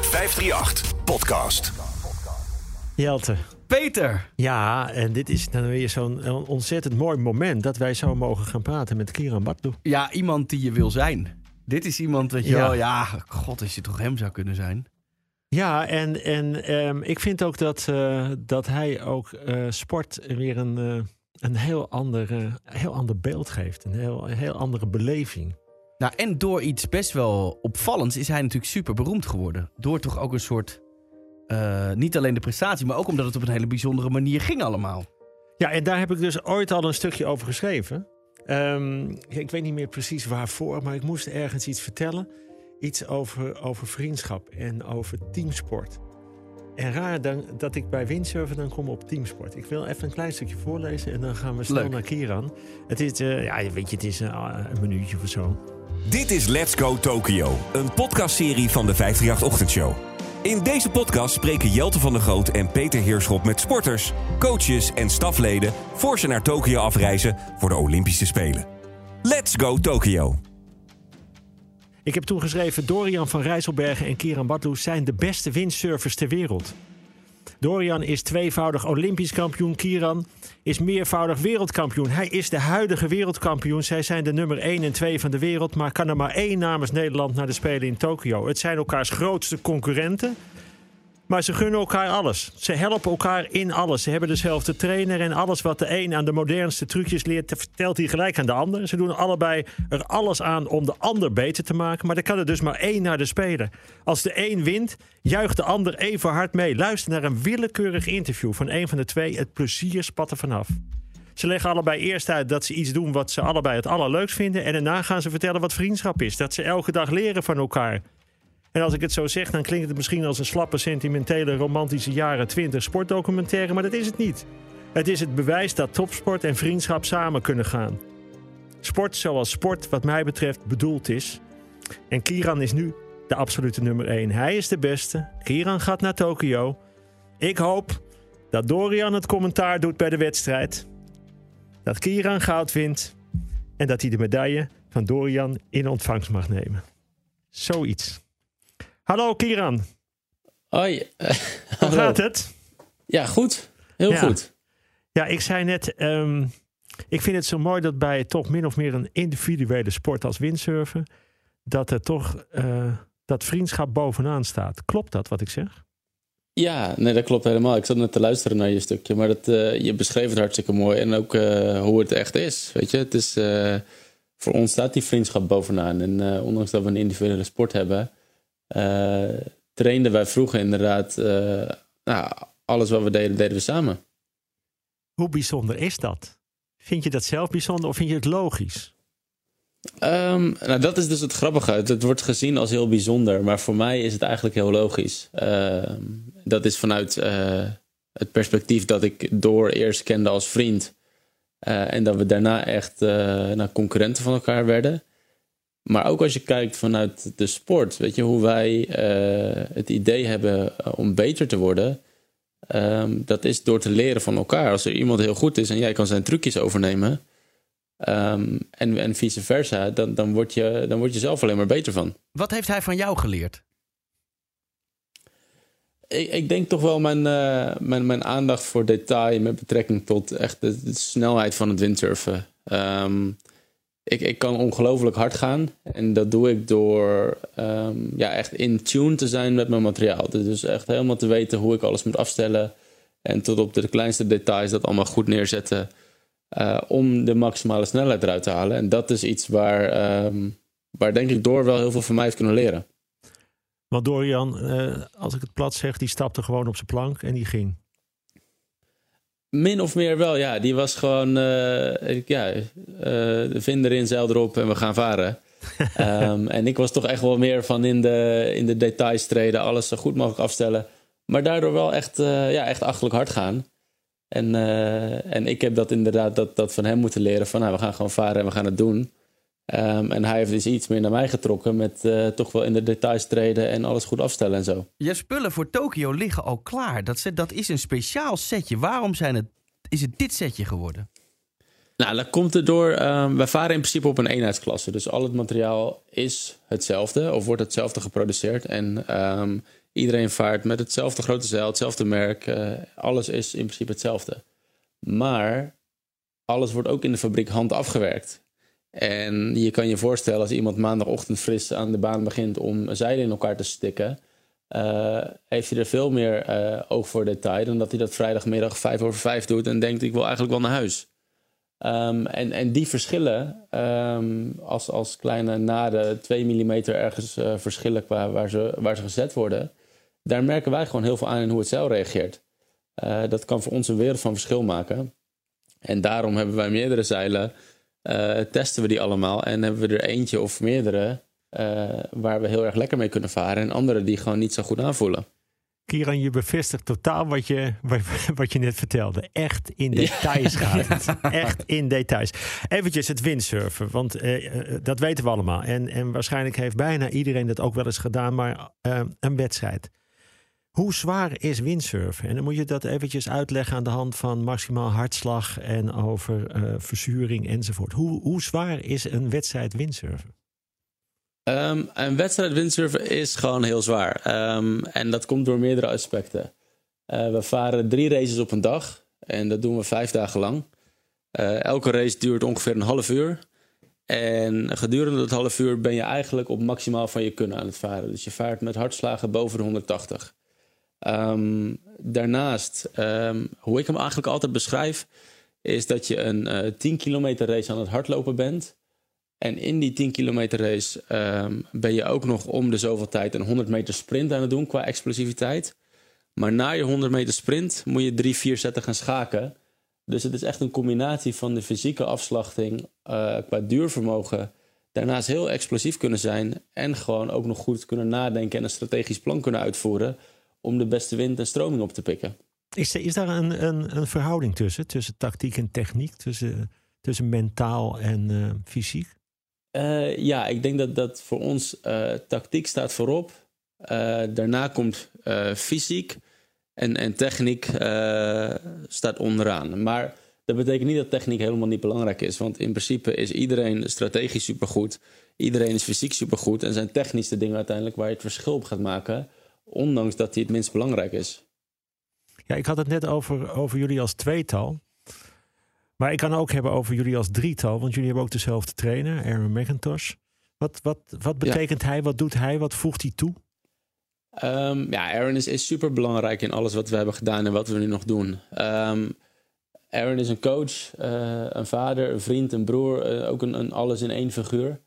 538 Podcast. Jelte. Peter. Ja, en dit is dan weer zo'n ontzettend mooi moment dat wij zo mogen gaan praten met Kieran Batlu. Ja, iemand die je wil zijn. Dit is iemand, weet je wel, ja, god, als je toch hem zou kunnen zijn. Ja, en ik vind ook dat hij ook sport weer een heel ander beeld geeft. Een heel andere beleving. Nou, en door iets best wel opvallends is hij natuurlijk super beroemd geworden. Door toch ook een soort, niet alleen de prestatie, maar ook omdat het op een hele bijzondere manier ging allemaal. Ja, en daar heb ik dus ooit al een stukje over geschreven. Ik weet niet meer precies waarvoor, maar ik moest ergens iets vertellen. Iets over vriendschap en over teamsport. En raar dat ik bij windsurfen dan kom op teamsport. Ik wil even een klein stukje voorlezen en dan gaan we snel naar Kieran. Het is, het is een minuutje of zo. Dit is Let's Go Tokyo, een podcastserie van de 538-ochtendshow. In deze podcast spreken Jelte van der Groot en Peter Heerschop met sporters, coaches en stafleden voor ze naar Tokio afreizen voor de Olympische Spelen. Let's Go Tokyo. Ik heb toen geschreven: Dorian van Rijsselbergen en Kieran Batlu zijn de beste windsurfers ter wereld. Dorian is tweevoudig Olympisch kampioen. Kieran is meervoudig wereldkampioen. Hij is de huidige wereldkampioen. Zij zijn de nummer 1 en 2 van de wereld, maar kan er maar 1 namens Nederland naar de Spelen in Tokio. Het zijn elkaars grootste concurrenten, maar ze gunnen elkaar alles. Ze helpen elkaar in alles. Ze hebben dezelfde trainer en alles wat de een aan de modernste trucjes leert, vertelt hij gelijk aan de ander. Ze doen allebei er alles aan om de ander beter te maken, maar er kan er dus maar 1 naar de Spelen. Als de een wint, juicht de ander even hard mee. Luister naar een willekeurig interview van een van de twee. Het plezier spat er vanaf. Ze leggen allebei eerst uit dat ze iets doen wat ze allebei het allerleukst vinden, en daarna gaan ze vertellen wat vriendschap is. Dat ze elke dag leren van elkaar. En als ik het zo zeg, dan klinkt het misschien als een slappe, sentimentele, romantische jaren 20 sportdocumentaire, maar dat is het niet. Het is het bewijs dat topsport en vriendschap samen kunnen gaan. Sport zoals sport, wat mij betreft, bedoeld is. En Kieran is nu de absolute nummer 1. Hij is de beste. Kieran gaat naar Tokio. Ik hoop dat Dorian het commentaar doet bij de wedstrijd. Dat Kieran goud wint. En dat hij de medaille van Dorian in ontvangst mag nemen. Zoiets. Hallo Kieran. Hoi. Hoe gaat het? Ja, goed. Heel goed. Ja, ik zei net, ik vind het zo mooi dat bij toch min of meer een individuele sport als windsurfen, dat er toch dat vriendschap bovenaan staat. Klopt dat wat ik zeg? Ja, nee, dat klopt helemaal. Ik zat net te luisteren naar je stukje, maar je beschreef het hartstikke mooi en ook hoe het echt is. Weet je, het is, voor ons staat die vriendschap bovenaan. En ondanks dat we een individuele sport hebben, trainden wij vroeger inderdaad, alles wat we deden we samen. Hoe bijzonder is dat? Vind je dat zelf bijzonder of vind je het logisch? Dat is dus het grappige. Het wordt gezien als heel bijzonder, maar voor mij is het eigenlijk heel logisch. Dat is vanuit het perspectief dat ik Door eerst kende als vriend. En dat we daarna echt concurrenten van elkaar werden. Maar ook als je kijkt vanuit de sport, weet je, hoe wij het idee hebben om beter te worden. Dat is door te leren van elkaar. Als er iemand heel goed is en jij kan zijn trucjes overnemen, en vice versa, dan word je zelf alleen maar beter van. Wat heeft hij van jou geleerd? Ik denk toch wel mijn aandacht voor detail met betrekking tot echt de snelheid van het windsurfen. Ik kan ongelooflijk hard gaan. En dat doe ik door echt in tune te zijn met mijn materiaal. Dus echt helemaal te weten hoe ik alles moet afstellen. En tot op de kleinste details dat allemaal goed neerzetten. Om de maximale snelheid eruit te halen. En dat is iets waar denk ik Door wel heel veel van mij heeft kunnen leren. Want Dorian, als ik het plat zeg, die stapte gewoon op zijn plank en die ging. Min of meer wel, ja. Die was gewoon, de vin erin, zeil erop en we gaan varen. En ik was toch echt wel meer van in de details treden, alles zo goed mogelijk afstellen. Maar daardoor wel echt achterlijk hard gaan. En ik heb dat inderdaad dat van hem moeten leren van, we gaan gewoon varen en we gaan het doen. En hij heeft dus iets meer naar mij getrokken met toch wel in de details treden en alles goed afstellen en zo. Je spullen voor Tokio liggen al klaar. Dat is een speciaal setje. Waarom is het dit setje geworden? Nou, dat komt erdoor. Wij varen in principe op een eenheidsklasse. Dus al het materiaal is hetzelfde of wordt hetzelfde geproduceerd. En iedereen vaart met hetzelfde grote zeil, hetzelfde merk. Alles is in principe hetzelfde. Maar alles wordt ook in de fabriek hand afgewerkt. En je kan je voorstellen als iemand maandagochtend fris aan de baan begint om zeilen in elkaar te stikken, heeft hij er veel meer oog voor detail dan dat hij dat vrijdagmiddag 5:05 doet en denkt ik wil eigenlijk wel naar huis. En die verschillen, als kleine naden 2 mm ergens verschillen qua waar ze gezet worden, daar merken wij gewoon heel veel aan in hoe het zeil reageert. Dat kan voor ons een wereld van verschil maken. En daarom hebben wij meerdere zeilen, testen we die allemaal en hebben we er eentje of meerdere waar we heel erg lekker mee kunnen varen en andere die gewoon niet zo goed aanvoelen. Kieran, je bevestigt totaal wat je net vertelde. Echt in details gaat het. Echt in details. Eventjes het windsurfen, want dat weten we allemaal. En waarschijnlijk heeft bijna iedereen dat ook wel eens gedaan, maar een wedstrijd. Hoe zwaar is windsurfen? En dan moet je dat eventjes uitleggen aan de hand van maximaal hartslag en over verzuring enzovoort. Hoe zwaar is een wedstrijd windsurfen? Een wedstrijd windsurfen is gewoon heel zwaar. En dat komt door meerdere aspecten. We varen 3 races op een dag. En dat doen we 5 dagen lang. Elke race duurt ongeveer een half uur. En gedurende dat half uur ben je eigenlijk op maximaal van je kunnen aan het varen. Dus je vaart met hartslagen boven de 180. Daarnaast, hoe ik hem eigenlijk altijd beschrijf, is dat je een 10 kilometer race aan het hardlopen bent. En in die 10 kilometer race ben je ook nog om de zoveel tijd een 100 meter sprint aan het doen qua explosiviteit. Maar na je 100 meter sprint moet je 3-4 zetten gaan schaken. Dus het is echt een combinatie van de fysieke afslachting qua duurvermogen. Daarnaast heel explosief kunnen zijn en gewoon ook nog goed kunnen nadenken en een strategisch plan kunnen uitvoeren om de beste wind en stroming op te pikken. Is daar een verhouding tussen tactiek en techniek, tussen mentaal en fysiek? Ja, ik denk dat voor ons tactiek staat voorop. Daarna komt fysiek en techniek staat onderaan. Maar dat betekent niet dat techniek helemaal niet belangrijk is. Want in principe is iedereen strategisch supergoed. Iedereen is fysiek supergoed. En zijn technisch de dingen uiteindelijk waar je het verschil op gaat maken, ondanks dat die het minst belangrijk is. Ja, ik had het net over jullie als tweetal. Maar ik kan ook hebben over jullie als drietal. Want jullie hebben ook dezelfde trainer, Aaron McIntosh. Wat betekent hij? Wat doet hij? Wat voegt hij toe? Aaron is super belangrijk in alles wat we hebben gedaan en wat we nu nog doen. Aaron is een coach, een vader, een vriend, een broer. Ook een alles in één figuur.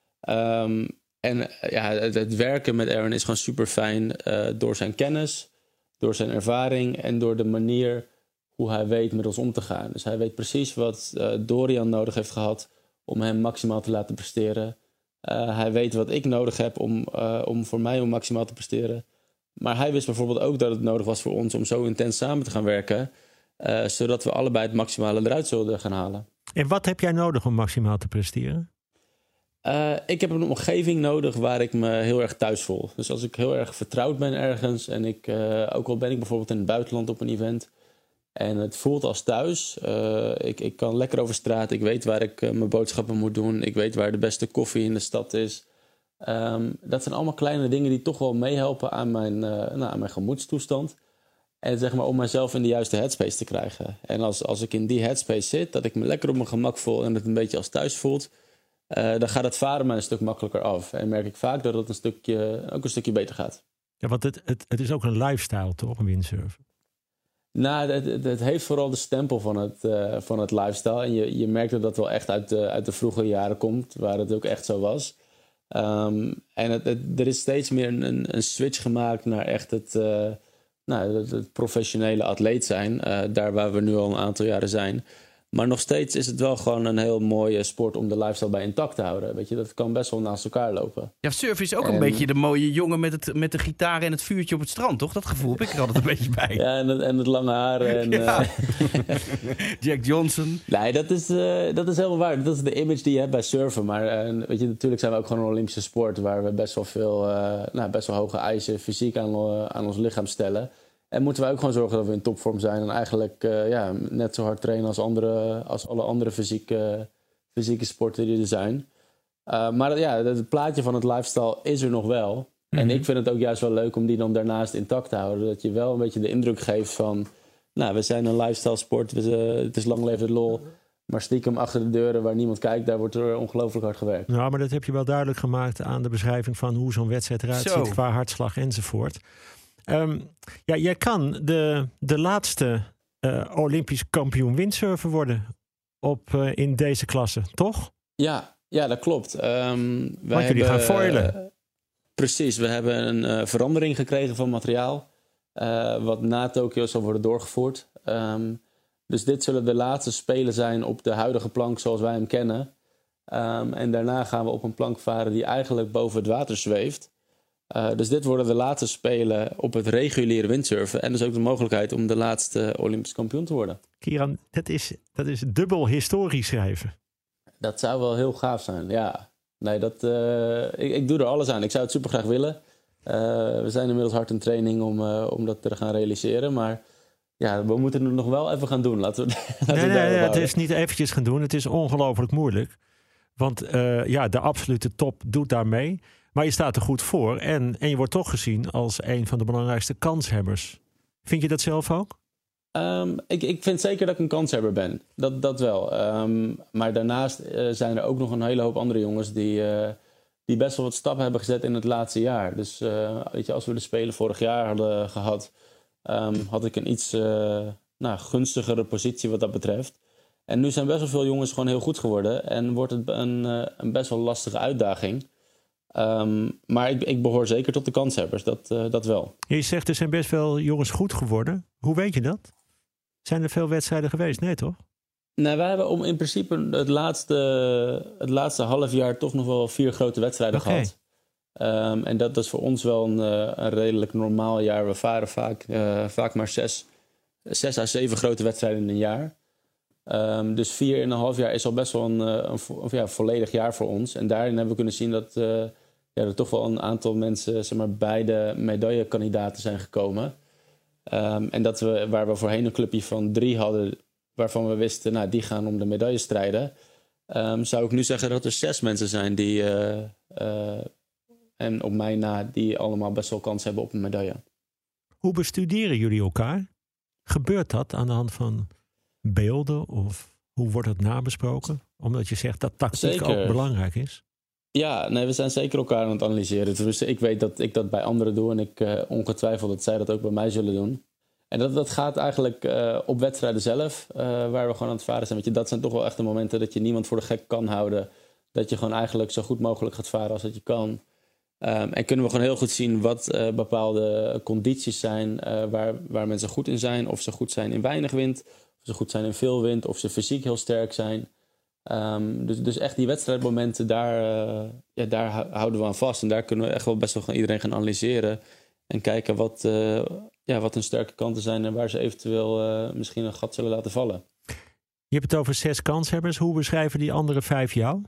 Het werken met Aaron is gewoon super fijn. Door zijn kennis, door zijn ervaring en door de manier hoe hij weet met ons om te gaan. Dus hij weet precies wat Dorian nodig heeft gehad om hem maximaal te laten presteren. Hij weet wat ik nodig heb om voor mij om maximaal te presteren. Maar hij wist bijvoorbeeld ook dat het nodig was voor ons om zo intens samen te gaan werken, zodat we allebei het maximale eruit zullen gaan halen. En wat heb jij nodig om maximaal te presteren? Ik heb een omgeving nodig waar ik me heel erg thuis voel. Dus als ik heel erg vertrouwd ben ergens en ook al ben ik bijvoorbeeld in het buitenland op een event en het voelt als thuis. Ik kan lekker over straat. Ik weet waar ik mijn boodschappen moet doen. Ik weet waar de beste koffie in de stad is. Dat zijn allemaal kleine dingen die toch wel meehelpen aan mijn gemoedstoestand. En zeg maar om mezelf in de juiste headspace te krijgen. En als ik in die headspace zit, dat ik me lekker op mijn gemak voel en het een beetje als thuis voelt, dan gaat het varen mij een stuk makkelijker af. En merk ik vaak dat het ook een stukje beter gaat. Ja, want het is ook een lifestyle, toch, een windsurfen? Nou, het heeft vooral de stempel van het lifestyle. En je merkt dat dat wel echt uit de vroege jaren komt, waar het ook echt zo was. Er is steeds meer een switch gemaakt naar echt het professionele atleet zijn. Daar waar we nu al een aantal jaren zijn. Maar nog steeds is het wel gewoon een heel mooie sport om de lifestyle bij intact te houden. Weet je, dat kan best wel naast elkaar lopen. Ja, surfen is ook een beetje de mooie jongen met de gitaar en het vuurtje op het strand, toch? Dat gevoel heb ik er altijd een beetje bij. Ja, en het lange haar. En, Jack Johnson. Nee, dat is helemaal waar. Dat is de image die je hebt bij surfen. Maar weet je, natuurlijk zijn we ook gewoon een Olympische sport waar we best wel veel, best wel hoge eisen fysiek aan ons lichaam stellen. En moeten wij ook gewoon zorgen dat we in topvorm zijn. En eigenlijk net zo hard trainen als alle andere fysieke sporten die er zijn. Maar het plaatje van het lifestyle is er nog wel. Mm-hmm. En ik vind het ook juist wel leuk om die dan daarnaast intact te houden. Dat je wel een beetje de indruk geeft van... we zijn een lifestyle sport. Het is lang leven het lol. Maar stiekem achter de deuren waar niemand kijkt... daar wordt er ongelooflijk hard gewerkt. Nou, maar dat heb je wel duidelijk gemaakt aan de beschrijving... van hoe zo'n wedstrijd eruit ziet qua hartslag enzovoort. Jij kan de laatste Olympisch kampioen windsurfen worden in deze klasse, toch? Ja, dat klopt. Want jullie gaan foilen. Precies, we hebben een verandering gekregen van materiaal... wat na Tokio zal worden doorgevoerd. Dus dit zullen de laatste spelen zijn op de huidige plank zoals wij hem kennen. En daarna gaan we op een plank varen die eigenlijk boven het water zweeft. Dus dit worden de laatste spelen op het reguliere windsurfen. En dus ook de mogelijkheid om de laatste Olympisch kampioen te worden. Kieran, dat is dubbel historie schrijven. Dat zou wel heel gaaf zijn, ja. Nee, ik doe er alles aan. Ik zou het super graag willen. We zijn inmiddels hard in training om dat te gaan realiseren. Maar ja, we moeten het nog wel even gaan doen. Laten we het is niet eventjes gaan doen. Het is ongelooflijk moeilijk. Want de absolute top doet daar mee. Maar je staat er goed voor. En je wordt toch gezien als een van de belangrijkste kanshebbers. Vind je dat zelf ook? Ik vind zeker dat ik een kanshebber ben. Dat wel. Maar daarnaast zijn er ook nog een hele hoop andere jongens... die best wel wat stappen hebben gezet in het laatste jaar. Dus als we de Spelen vorig jaar hadden gehad... had ik een iets gunstigere positie wat dat betreft. En nu zijn best wel veel jongens gewoon heel goed geworden. En wordt het een best wel lastige uitdaging. Maar ik behoor zeker tot de kanshebbers, dat wel. Je zegt er zijn best wel jongens goed geworden. Hoe weet je dat? Zijn er veel wedstrijden geweest? Nee, toch? Nee, wij hebben in principe het laatste half jaar toch nog wel 4 grote wedstrijden gehad. En dat is voor ons wel een redelijk normaal jaar. We varen vaak maar 6 à 7 grote wedstrijden in een jaar. Dus 4,5 jaar is al best wel een volledig jaar voor ons. En daarin hebben we kunnen zien dat er toch wel een aantal mensen bij de medaillekandidaten zijn gekomen. En dat waar we voorheen een clubje van 3 hadden... waarvan we wisten, die gaan om de medaille strijden... zou ik nu zeggen dat er 6 mensen zijn die... en op mij na, die allemaal best wel kans hebben op een medaille. Hoe bestuderen jullie elkaar? Gebeurt dat aan de hand van beelden? Of hoe wordt het nabesproken? Omdat je zegt dat tactiek ook belangrijk is. Ja, nee, we zijn zeker elkaar aan het analyseren. Dus ik weet dat ik dat bij anderen doe... en ik ongetwijfeld dat zij dat ook bij mij zullen doen. En dat gaat eigenlijk op wedstrijden zelf... waar we gewoon aan het varen zijn. Dat zijn toch wel echt de momenten dat je niemand voor de gek kan houden. Dat je gewoon eigenlijk zo goed mogelijk gaat varen als dat je kan... En kunnen we gewoon heel goed zien wat bepaalde condities zijn... waar mensen goed in zijn. Of ze goed zijn in weinig wind. Of ze goed zijn in veel wind. Of ze fysiek heel sterk zijn. Dus echt die wedstrijdmomenten, daar houden we aan vast. En daar kunnen we echt wel best wel iedereen gaan analyseren. En kijken wat hun sterke kanten zijn... en waar ze eventueel misschien een gat zullen laten vallen. Je hebt het over 6 kanshebbers. Hoe beschrijven die andere 5 jou?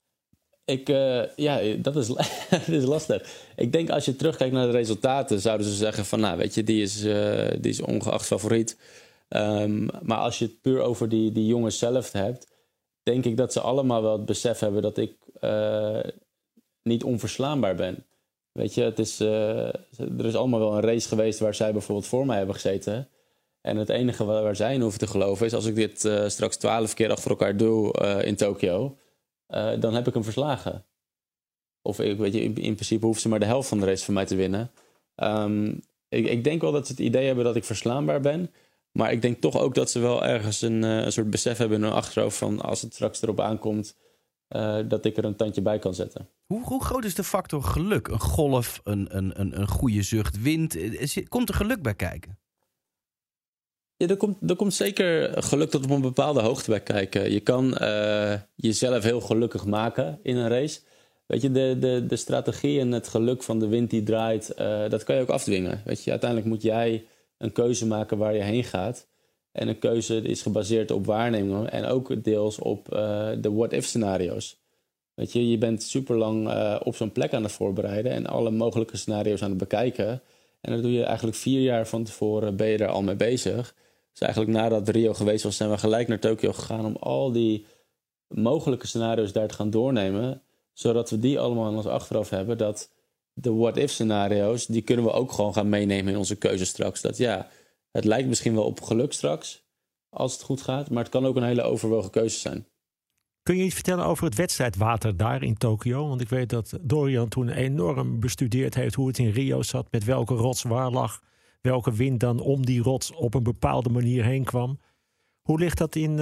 Dat is lastig. Ik denk als je terugkijkt naar de resultaten... zouden ze zeggen van, die is ongeacht favoriet. Maar als je het puur over die jongens zelf hebt... denk ik dat ze allemaal wel het besef hebben... dat ik niet onverslaanbaar ben. Weet je, er is allemaal wel een race geweest... waar zij bijvoorbeeld voor mij hebben gezeten. En het enige waar zij in hoeven te geloven... is als ik dit straks 12 keer achter elkaar doe in Tokio... dan heb ik hem verslagen. Of in principe hoeven ze maar de helft van de race van mij te winnen. Ik denk wel dat ze het idee hebben dat ik verslaanbaar ben. Maar ik denk toch ook dat ze wel ergens een soort besef hebben in hun achterhoofd... van als het straks erop aankomt, dat ik er een tandje bij kan zetten. Hoe groot is de factor geluk? Een golf, een goede zucht wind. Komt er geluk bij kijken? Ja, er komt zeker geluk tot op een bepaalde hoogte bij kijken. Je kan jezelf heel gelukkig maken in een race. Weet je, de strategie en het geluk van de wind die draait... dat kan je ook afdwingen. Weet je, uiteindelijk moet jij een keuze maken waar je heen gaat. En een keuze is gebaseerd op waarnemingen... en ook deels op de what-if scenario's. Weet je bent super lang op zo'n plek aan het voorbereiden... en alle mogelijke scenario's aan het bekijken... En dat doe je eigenlijk 4 jaar van tevoren, ben je daar al mee bezig. Dus eigenlijk nadat Rio geweest was, zijn we gelijk naar Tokio gegaan om al die mogelijke scenario's daar te gaan doornemen. Zodat we die allemaal in ons achterhoofd hebben. Dat de what-if scenario's, die kunnen we ook gewoon gaan meenemen in onze keuze straks. Dat het lijkt misschien wel op geluk straks, als het goed gaat. Maar het kan ook een hele overwogen keuze zijn. Kun je iets vertellen over het wedstrijdwater daar in Tokio? Want ik weet dat Dorian toen enorm bestudeerd heeft hoe het in Rio zat. Met welke rots waar lag. Welke wind dan om die rots op een bepaalde manier heen kwam. Hoe ligt dat in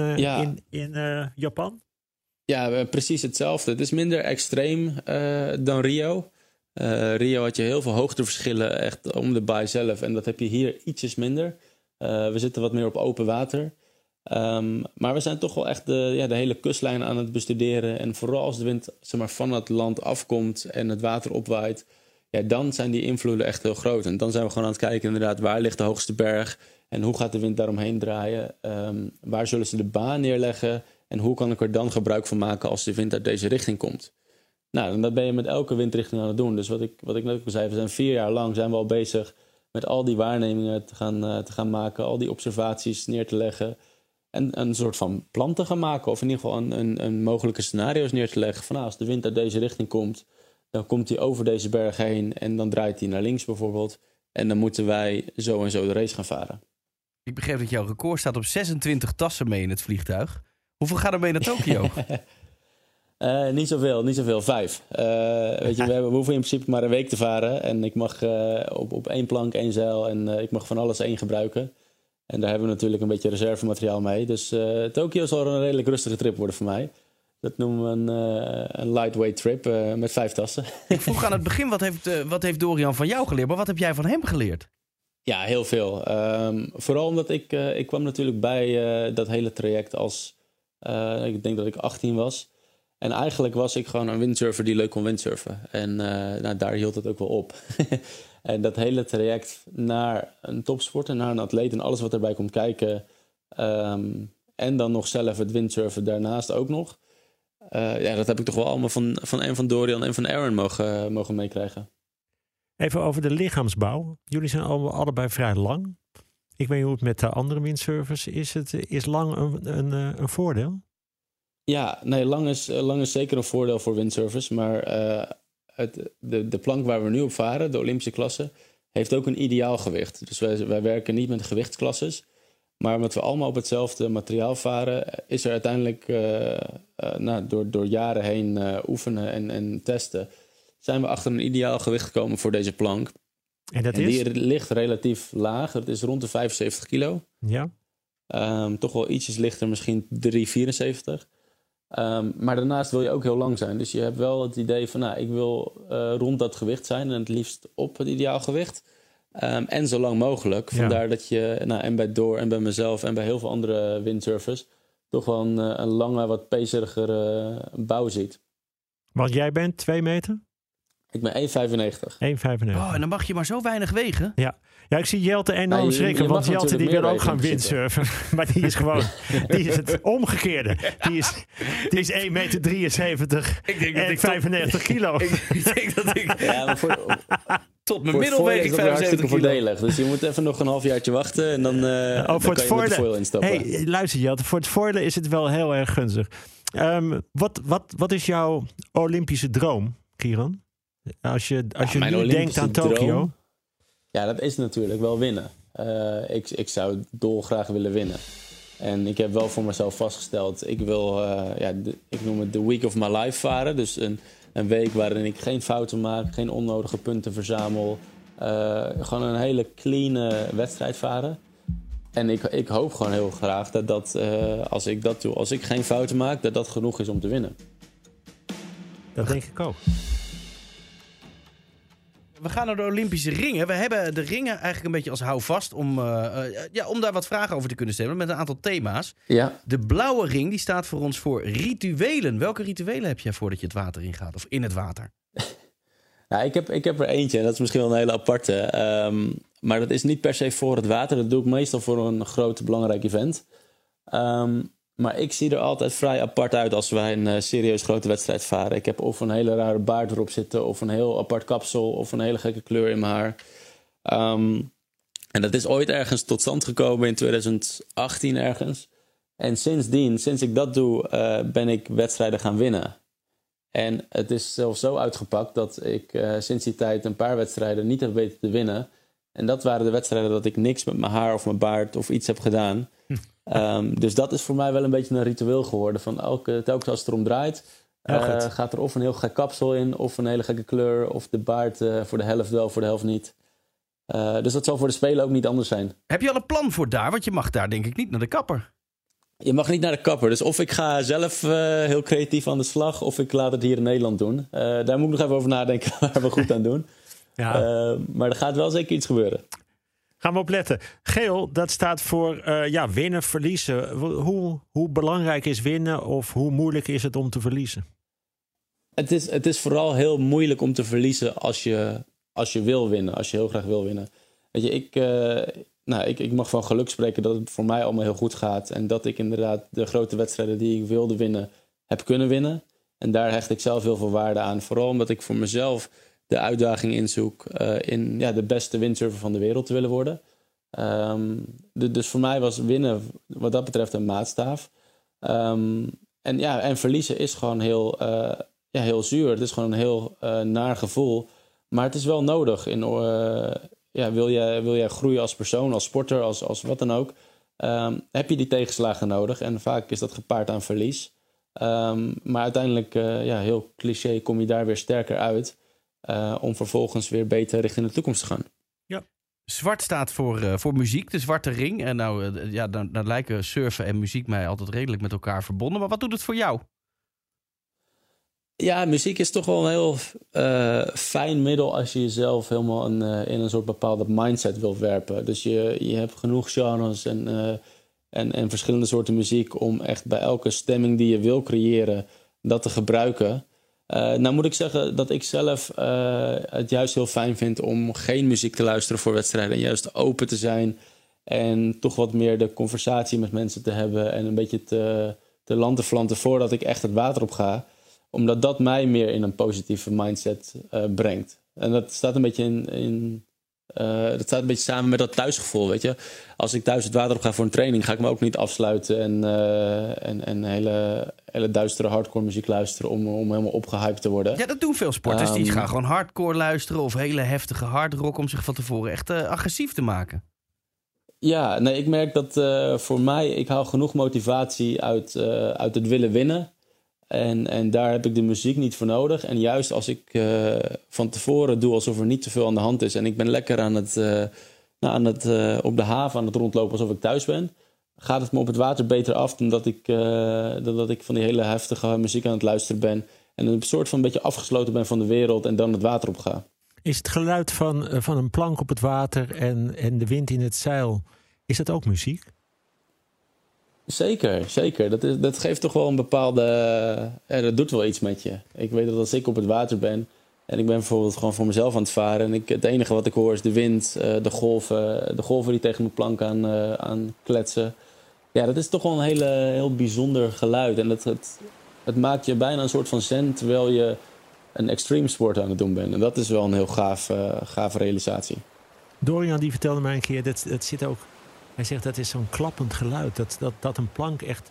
Japan? Ja, precies hetzelfde. Het is minder extreem dan Rio. Rio had je heel veel hoogteverschillen echt om de baai zelf. En dat heb je hier ietsjes minder. We zitten wat meer op open water. Maar we zijn toch wel echt de hele kustlijn aan het bestuderen. En vooral als de wind van het land afkomt en het water opwaait, dan zijn die invloeden echt heel groot. En dan zijn we gewoon aan het kijken inderdaad, waar ligt de hoogste berg en hoe gaat de wind daaromheen draaien? Waar zullen ze de baan neerleggen en hoe kan ik er dan gebruik van maken als de wind uit deze richting komt? Nou, en dat ben je met elke windrichting aan het doen. Dus wat ik net al zei, we zijn 4 jaar lang zijn we al bezig met al die waarnemingen te gaan maken, al die observaties neer te leggen. En een soort van plan te gaan maken. Of in ieder geval een mogelijke scenario's neer te leggen. Van als de wind uit deze richting komt, dan komt hij over deze berg heen en dan draait hij naar links bijvoorbeeld. En dan moeten wij zo en zo de race gaan varen. Ik begreep dat jouw record staat op 26 tassen mee in het vliegtuig. Hoeveel gaan er mee naar Tokio? Niet zoveel. 5. We hoeven in principe maar een week te varen. En ik mag op 1 plank, 1 zeil en ik mag van alles 1 gebruiken. En daar hebben we natuurlijk een beetje reservemateriaal mee. Dus Tokio zal een redelijk rustige trip worden voor mij. Dat noemen we een lightweight trip met 5 tassen. Ik vroeg aan het begin, wat heeft Dorian van jou geleerd? Maar wat heb jij van hem geleerd? Ja, heel veel. Vooral omdat ik kwam natuurlijk bij dat hele traject als ik denk dat ik 18 was. En eigenlijk was ik gewoon een windsurfer die leuk kon windsurfen. En daar hield het ook wel op. En dat hele traject naar een topsporter, naar een atleet en alles wat erbij komt kijken. En dan nog zelf het windsurfen daarnaast ook nog. Dat heb ik toch wel allemaal van Dorian en van Aaron mogen meekrijgen. Even over de lichaamsbouw. Jullie zijn allebei vrij lang. Ik weet niet hoe het met de andere windsurfers is. Is lang een voordeel? Ja, nee, lang is zeker een voordeel voor windsurfers. Maar de plank waar we nu op varen, de Olympische klasse, heeft ook een ideaal gewicht. Dus wij werken niet met gewichtsklasses. Maar omdat we allemaal op hetzelfde materiaal varen, is er uiteindelijk door jaren heen oefenen en testen, zijn we achter een ideaal gewicht gekomen voor deze plank. En die ligt relatief laag. Het is rond de 75 kilo. Ja. Toch wel ietsjes lichter, misschien 3,74. Maar daarnaast wil je ook heel lang zijn. Dus je hebt wel het idee van, ik wil rond dat gewicht zijn. En het liefst op het ideaal gewicht. En zo lang mogelijk. Vandaar dat je en bij Door en bij mezelf en bij heel veel andere windsurfers toch wel een lange, wat pezerigere bouw ziet. Want jij bent 2 meter? Ik ben 1,95. 1,95. Oh, en dan mag je maar zo weinig wegen? Ja, ik zie Jelte enorm schrikken. Want Jelte die wil ook gaan windsurfen. Maar die is gewoon die is het omgekeerde. Die is 1,73 meter en 95 kilo. Ik denk dat ik... Ja, maar tot mijn middel weeg ik 75 kilo. Voordelig. Dus je moet even nog een halfjaartje wachten. En dan, dan kan je met de foil instappen. Hey, luister Jelte, voor het voordelen is het wel heel erg gunstig. Wat is jouw Olympische droom, Kieran? Als je nu denkt aan Tokio. Droom, ja, dat is natuurlijk wel winnen. Ik zou dolgraag willen winnen. En ik heb wel voor mezelf vastgesteld, ik wil, ik noem het de week of my life varen. Dus een week waarin ik geen fouten maak, geen onnodige punten verzamel. Gewoon een hele clean wedstrijd varen. En ik hoop gewoon heel graag dat als ik dat doe, als ik geen fouten maak, dat genoeg is om te winnen. Dat denk ik ook. We gaan naar de Olympische ringen. We hebben de ringen eigenlijk een beetje als houvast om daar wat vragen over te kunnen stellen met een aantal thema's. Ja. De blauwe ring die staat voor ons voor rituelen. Welke rituelen heb jij voordat je het water ingaat of in het water? Nou, ik heb er eentje en dat is misschien wel een hele aparte. Maar dat is niet per se voor het water. Dat doe ik meestal voor een groot belangrijk event. Maar ik zie er altijd vrij apart uit als wij een serieus grote wedstrijd varen. Ik heb of een hele rare baard erop zitten, of een heel apart kapsel, of een hele gekke kleur in mijn haar. En dat is ooit ergens tot stand gekomen in 2018 ergens. En sindsdien, sinds ik dat doe, ben ik wedstrijden gaan winnen. En het is zelfs zo uitgepakt dat ik sinds die tijd een paar wedstrijden niet heb weten te winnen. En dat waren de wedstrijden dat ik niks met mijn haar of mijn baard of iets heb gedaan. Dus dat is voor mij wel een beetje een ritueel geworden. Van telkens als het erom draait, gaat er of een heel gek kapsel in, of een hele gekke kleur, of de baard voor de helft wel, voor de helft niet. Dus dat zal voor de Spelen ook niet anders zijn. Heb je al een plan voor daar? Want je mag daar denk ik niet naar de kapper. Je mag niet naar de kapper. Dus of ik ga zelf heel creatief aan de slag, of ik laat het hier in Nederland doen. Daar moet ik nog even over nadenken waar we goed aan doen. Ja. Maar er gaat wel zeker iets gebeuren. Gaan we op letten. Geel, dat staat voor winnen, verliezen. Hoe belangrijk is winnen of hoe moeilijk is het om te verliezen? Het is vooral heel moeilijk om te verliezen als je wil winnen. Als je heel graag wil winnen. Weet je, ik mag van geluk spreken dat het voor mij allemaal heel goed gaat. En dat ik inderdaad de grote wedstrijden die ik wilde winnen, heb kunnen winnen. En daar hecht ik zelf heel veel waarde aan. Vooral omdat ik voor mezelf de uitdaging inzoek in de beste windsurfer van de wereld te willen worden. Dus voor mij was winnen wat dat betreft een maatstaaf. En verliezen is gewoon heel zuur. Het is gewoon een heel naar gevoel. Maar het is wel nodig. Wil jij groeien als persoon, als sporter, als wat dan ook, heb je die tegenslagen nodig. En vaak is dat gepaard aan verlies. Maar uiteindelijk, heel cliché, kom je daar weer sterker uit. Om vervolgens weer beter richting de toekomst te gaan. Ja. Zwart staat voor muziek, de zwarte ring. En dan lijken surfen en muziek mij altijd redelijk met elkaar verbonden. Maar wat doet het voor jou? Ja, muziek is toch wel een heel fijn middel als je jezelf helemaal in een soort bepaalde mindset wilt werpen. Dus je hebt genoeg genres en verschillende soorten muziek om echt bij elke stemming die je wil creëren, dat te gebruiken. Nou moet ik zeggen dat ik zelf het juist heel fijn vind om geen muziek te luisteren voor wedstrijden. En juist open te zijn en toch wat meer de conversatie met mensen te hebben. En een beetje te lanterflanten voordat ik echt het water op ga. Omdat dat mij meer in een positieve mindset brengt. En dat staat een beetje dat staat een beetje samen met dat thuisgevoel, weet je. Als ik thuis het water op ga voor een training, ga ik me ook niet afsluiten en hele duistere hardcore muziek luisteren om helemaal opgehyped te worden. Ja, dat doen veel sporters. Die gaan gewoon hardcore luisteren of hele heftige hardrock om zich van tevoren echt agressief te maken. Ja, nee, ik merk dat voor mij, ik haal genoeg motivatie uit het willen winnen. En daar heb ik de muziek niet voor nodig. En juist als ik van tevoren doe alsof er niet te veel aan de hand is en ik ben lekker op de haven aan het rondlopen alsof ik thuis ben, gaat het me op het water beter af dan dat ik van die hele heftige muziek aan het luisteren ben en een soort van een beetje afgesloten ben van de wereld en dan het water op ga. Is het geluid van een plank op het water en de wind in het zeil, is dat ook muziek? Zeker. Dat geeft toch wel een bepaalde... dat doet wel iets met je. Ik weet dat als ik op het water ben en ik ben bijvoorbeeld gewoon voor mezelf aan het varen en het enige wat ik hoor is de wind, de golven die tegen mijn plank aan kletsen. Ja, dat is toch wel een heel bijzonder geluid. En het maakt je bijna een soort van zen terwijl je een extreme sport aan het doen bent. En dat is wel een heel gave realisatie. Dorian die vertelde mij een keer, dat zit ook... Hij zegt dat is zo'n klappend geluid. Dat een plank echt...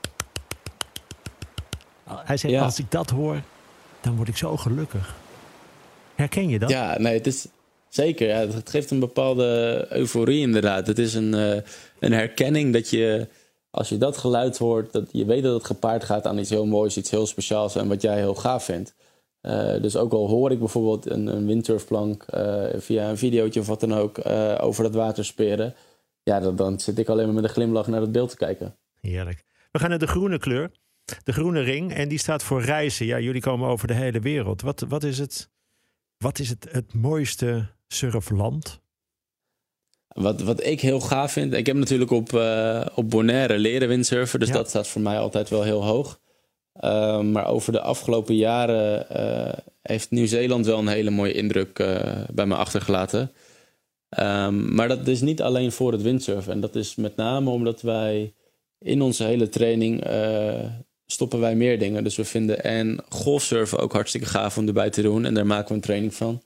Hij zegt, als ik dat hoor, dan word ik zo gelukkig. Herken je dat? Ja, nee, het is zeker. Ja, het geeft een bepaalde euforie inderdaad. Het is een herkenning dat je, als je dat geluid hoort, dat je weet dat het gepaard gaat aan iets heel moois, iets heel speciaals en wat jij heel gaaf vindt. Dus ook al hoor ik bijvoorbeeld een windsurfplank via een videootje of wat dan ook over dat water speren. Ja, dan zit ik alleen maar met een glimlach naar dat beeld te kijken. Heerlijk. We gaan naar de groene kleur. De groene ring. En die staat voor reizen. Ja, jullie komen over de hele wereld. Wat is het mooiste surfland? Wat ik heel gaaf vind... Ik heb natuurlijk op Bonaire leren windsurfen. Dus dat staat voor mij altijd wel heel hoog. Maar over de afgelopen jaren heeft Nieuw-Zeeland wel een hele mooie indruk bij me achtergelaten. Maar dat is niet alleen voor het windsurfen. En dat is met name omdat wij in onze hele training stoppen wij meer dingen. Dus we vinden golfsurfen ook hartstikke gaaf om erbij te doen. En daar maken we een training van.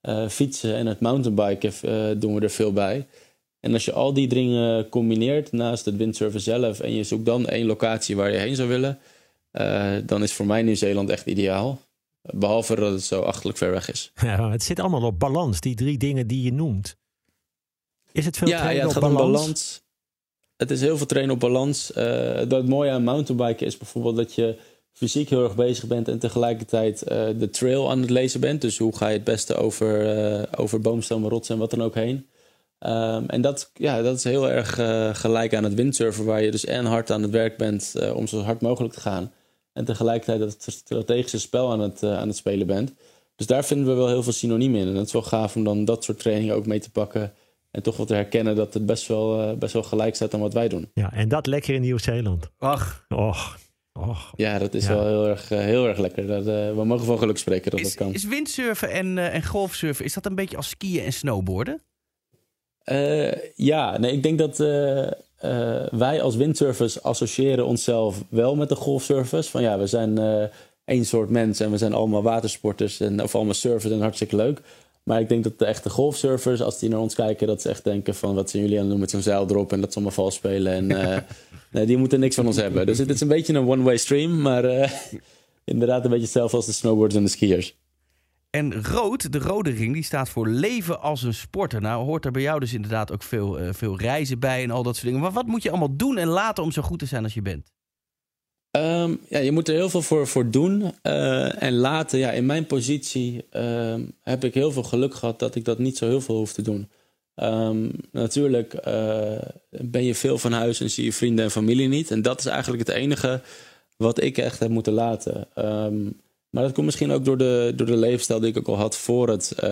Fietsen en het mountainbiken doen we er veel bij. En als je al die dingen combineert naast het windsurfen zelf en je zoekt dan 1 locatie waar je heen zou willen, dan is voor mij Nieuw-Zeeland echt ideaal. Behalve dat het zo achterlijk ver weg is. Ja, het zit allemaal op balans, die 3 dingen die je noemt. Is het veel trainen het op gaat balans? om balans? Het is heel veel trainen op balans. Het mooie aan mountainbiken is bijvoorbeeld dat je fysiek heel erg bezig bent en tegelijkertijd de trail aan het lezen bent. Dus hoe ga je het beste over boomstammen, rotsen en wat dan ook heen. En dat is heel erg gelijk aan het windsurfen, waar je dus en hard aan het werk bent om zo hard mogelijk te gaan. En tegelijkertijd dat het strategische spel aan het spelen bent. Dus daar vinden we wel heel veel synoniemen in. En het is wel gaaf om dan dat soort trainingen ook mee te pakken. En toch wel te herkennen dat het best wel gelijk staat aan wat wij doen. Ja, en dat lekker in Nieuw-Zeeland. Ach. Och. Ja, dat is wel heel erg lekker. We mogen van geluk spreken dat dat kan. Is windsurfen en golfsurfen, is dat een beetje als skiën en snowboarden? Ik denk dat wij als windsurfers associëren onszelf wel met de golfsurfers. Van ja, we zijn één soort mens en we zijn allemaal watersporters of allemaal surfers en hartstikke leuk. Maar ik denk dat de echte golfsurfers, als die naar ons kijken, dat ze echt denken van wat zijn jullie aan het doen met zo'n zeil erop en dat ze allemaal vals spelen. En nee, die moeten niks van ons hebben. Dus het is een beetje een one-way stream, maar inderdaad een beetje hetzelfde als de snowboarders en de skiers. En rood, de rode ring, die staat voor leven als een sporter. Nou hoort er bij jou dus inderdaad ook veel reizen bij en al dat soort dingen. Maar wat moet je allemaal doen en laten om zo goed te zijn als je bent? Je moet er heel veel voor doen en laten. Ja, in mijn positie heb ik heel veel geluk gehad dat ik dat niet zo heel veel hoef te doen. Natuurlijk ben je veel van huis en zie je vrienden en familie niet. En dat is eigenlijk het enige wat ik echt heb moeten laten. Maar dat komt misschien ook door de levensstijl die ik ook al had voor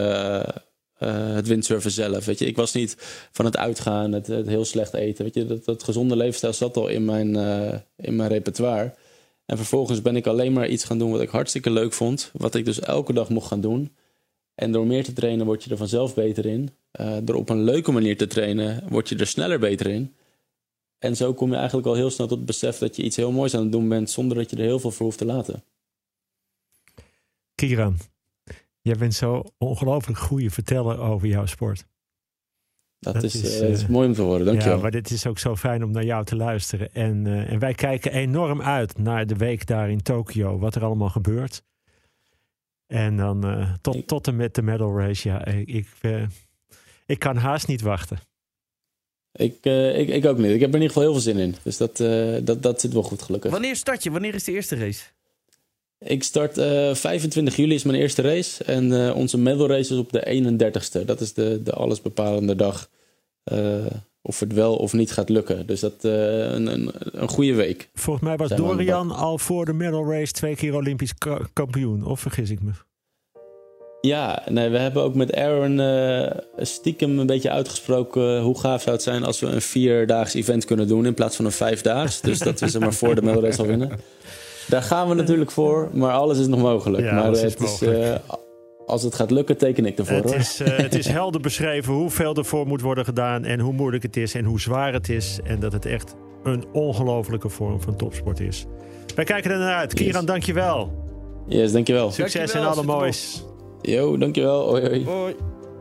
het windsurfen zelf. Weet je, ik was niet van het uitgaan, het heel slecht eten. Weet je, dat gezonde levensstijl zat al in mijn repertoire. En vervolgens ben ik alleen maar iets gaan doen wat ik hartstikke leuk vond. Wat ik dus elke dag mocht gaan doen. En door meer te trainen word je er vanzelf beter in. Door op een leuke manier te trainen word je er sneller beter in. En zo kom je eigenlijk al heel snel tot het besef dat je iets heel moois aan het doen bent zonder dat je er heel veel voor hoeft te laten. Kieran, jij bent zo ongelooflijk goede verteller over jouw sport. Dat is mooi om te horen, dankjewel. Ja, maar dit is ook zo fijn om naar jou te luisteren. En wij kijken enorm uit naar de week daar in Tokio, wat er allemaal gebeurt. En dan tot en met de medal race, ja, ik kan haast niet wachten. Ik ook niet. Ik heb er in ieder geval heel veel zin in. Dus dat zit wel goed, gelukkig. Wanneer start je? Wanneer is de eerste race? Ik start 25 juli is mijn eerste race. En onze medal race is op de 31ste. Dat is de allesbepalende dag. Of het wel of niet gaat lukken. Dus dat een goede week. Volgens mij was Dorian al voor de medal race 2 keer Olympisch kampioen. Of vergis ik me? Ja, nee, we hebben ook met Aaron stiekem een beetje uitgesproken hoe gaaf zou het zijn als we een 4-daags event kunnen doen in plaats van een 5-daags. Dus dat we ze maar voor de medal race al winnen. Daar gaan we natuurlijk voor, maar alles is nog mogelijk. Ja, maar als het gaat lukken, teken ik ervoor. Het is helder beschreven hoeveel ervoor moet worden gedaan en hoe moeilijk het is en hoe zwaar het is. En dat het echt een ongelofelijke vorm van topsport is. Wij kijken er naar uit. Kieran, dankjewel. Yes, dankjewel. Succes en alle moois. Yo, dankjewel. Hoi, hoi. Hoi.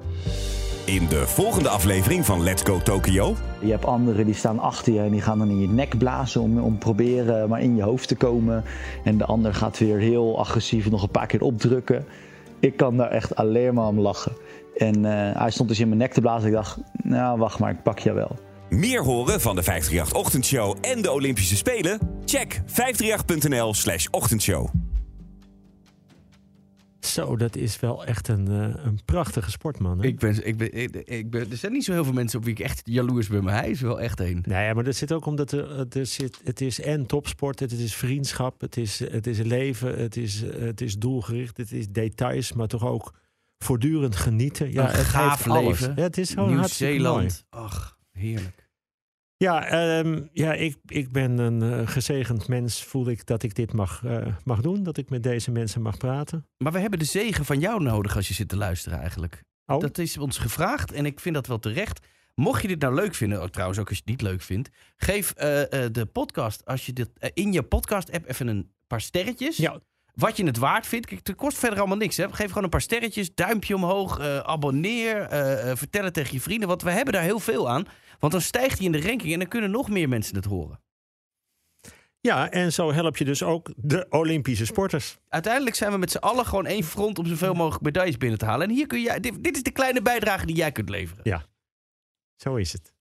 In de volgende aflevering van Let's Go Tokyo. Je hebt anderen die staan achter je en die gaan dan in je nek blazen om proberen maar in je hoofd te komen. En de ander gaat weer heel agressief nog een paar keer opdrukken. Ik kan daar echt alleen maar om lachen. En hij stond dus in mijn nek te blazen. Ik dacht, nou wacht maar, ik pak je wel. Meer horen van de 538-ochtendshow en de Olympische Spelen? Check 538.nl/ochtendshow. Zo, dat is wel echt een prachtige sportman. Hè? Er zijn niet zo heel veel mensen op wie ik echt jaloers ben, maar hij is wel echt een. Nee, maar dat zit ook omdat het is en topsport, het is vriendschap, het is leven, het is doelgericht, het is details, maar toch ook voortdurend genieten. Ja, een gaaf leven. Ja, het is gewoon Nieuw-Zeeland. Ach, heerlijk. Ja, ik ben een gezegend mens. Voel ik dat ik dit mag doen. Dat ik met deze mensen mag praten. Maar we hebben de zegen van jou nodig als je zit te luisteren eigenlijk. Oh. Dat is ons gevraagd en ik vind dat wel terecht. Mocht je dit nou leuk vinden, trouwens ook als je het niet leuk vindt, geef de podcast, als je dit in je podcast-app even een paar sterretjes. Ja. wat je het waard vindt. Kijk, het kost verder allemaal niks. Hè? Geef gewoon een paar sterretjes, duimpje omhoog, abonneer, vertel het tegen je vrienden. Want we hebben daar heel veel aan. Want dan stijgt hij in de ranking en dan kunnen nog meer mensen het horen. Ja, en zo help je dus ook de Olympische sporters. Uiteindelijk zijn we met z'n allen gewoon één front om zoveel mogelijk medailles binnen te halen. En hier kun je, dit is de kleine bijdrage die jij kunt leveren. Ja, zo is het.